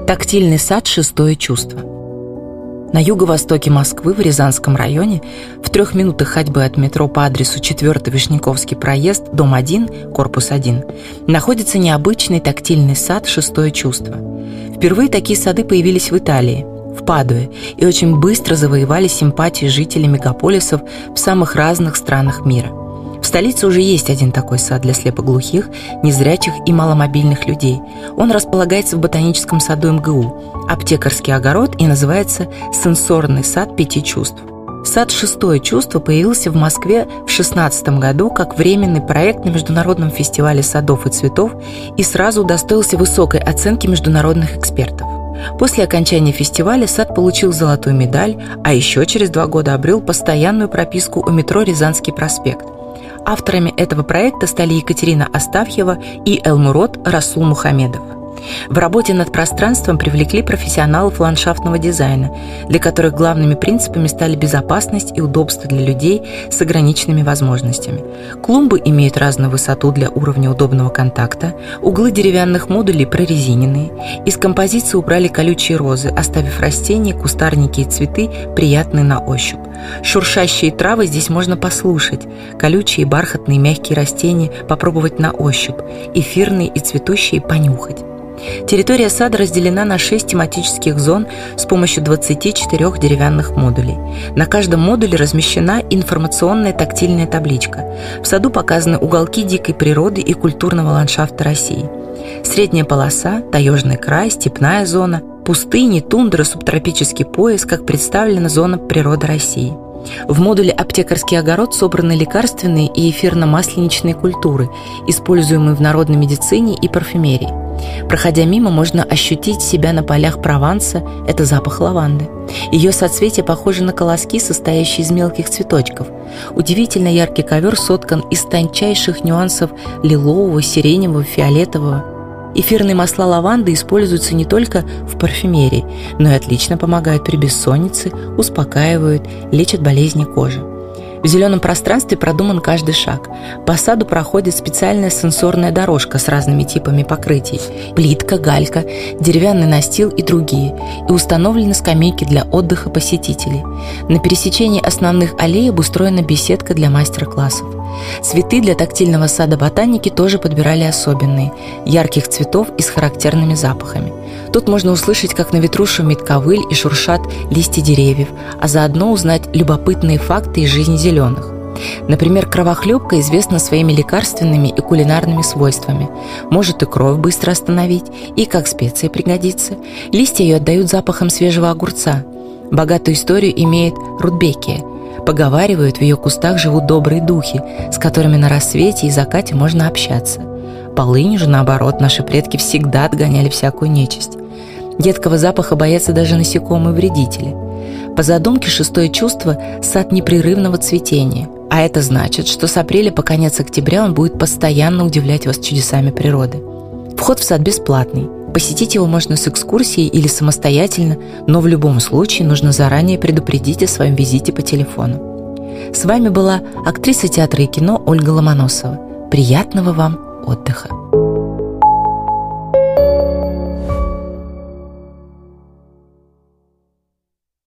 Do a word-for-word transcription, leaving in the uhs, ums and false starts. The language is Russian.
Тактильный сад «Шестое чувство». На юго-востоке Москвы, в Рязанском районе, в трех минутах ходьбы от метро по адресу четвёртый Вишняковский проезд, дом один, корпус один, находится необычный тактильный сад «Шестое чувство». Впервые такие сады появились в Италии, в Падуе, и очень быстро завоевали симпатии жителей мегаполисов в самых разных странах мира. В столице уже есть один такой сад для слепоглухих, незрячих и маломобильных людей. Он располагается в ботаническом саду эм гэ у, аптекарский огород, и называется «Сенсорный сад пяти чувств». Сад «Шестое чувство» появился в Москве в шестнадцатом году как временный проект на Международном фестивале садов и цветов и сразу удостоился высокой оценки международных экспертов. После окончания фестиваля сад получил золотую медаль, а еще через два года обрел постоянную прописку у метро «Рязанский проспект». Авторами этого проекта стали Екатерина Астафьева и Элмурод Расул Мухамедов. В работе над пространством привлекли профессионалов ландшафтного дизайна, для которых главными принципами стали безопасность и удобство для людей с ограниченными возможностями. Клумбы имеют разную высоту для уровня удобного контакта, углы деревянных модулей прорезиненные. Из композиции убрали колючие розы, оставив растения, кустарники и цветы приятные на ощупь. Шуршащие травы здесь можно послушать, колючие, бархатные, мягкие растения попробовать на ощупь, эфирные и цветущие понюхать. Территория сада разделена на шесть тематических зон с помощью двадцати четырёх деревянных модулей. На каждом модуле размещена информационная тактильная табличка. В саду показаны уголки дикой природы и культурного ландшафта России. Средняя полоса, таежный край, степная зона, пустыни, тундра, субтропический пояс, как представлена зона природы России. В модуле «Аптекарский огород» собраны лекарственные и эфирно-масленичные культуры, используемые в народной медицине и парфюмерии. Проходя мимо, можно ощутить себя на полях Прованса – это запах лаванды. Ее соцветия похожи на колоски, состоящие из мелких цветочков. Удивительно яркий ковер соткан из тончайших нюансов лилового, сиреневого, фиолетового. Эфирные масла лаванды используются не только в парфюмерии, но и отлично помогают при бессоннице, успокаивают, лечат болезни кожи. В зеленом пространстве продуман каждый шаг. По саду проходит специальная сенсорная дорожка с разными типами покрытий – плитка, галька, деревянный настил и другие, и установлены скамейки для отдыха посетителей. На пересечении основных аллей обустроена беседка для мастер-классов. Цветы для тактильного сада ботаники тоже подбирали особенные, ярких цветов и с характерными запахами. Тут можно услышать, как на ветру шумит ковыль и шуршат листья деревьев, а заодно узнать любопытные факты из жизни зеленых. Например, кровохлебка известна своими лекарственными и кулинарными свойствами. Может и кровь быстро остановить, и как специя пригодится. Листья ее отдают запахом свежего огурца. Богатую историю имеет рудбекия. Поговаривают, в ее кустах живут добрые духи, с которыми на рассвете и закате можно общаться. Полынью же, наоборот, наши предки всегда отгоняли всякую нечисть. Едкого запаха боятся даже насекомые-вредители. По задумке «Шестое чувство» – сад непрерывного цветения, а это значит, что с апреля по конец октября он будет постоянно удивлять вас чудесами природы. Вход в сад бесплатный. Посетить его можно с экскурсией или самостоятельно, но в любом случае нужно заранее предупредить о своем визите по телефону. С вами была актриса театра и кино Ольга Ломоносова. Приятного вам отдыха!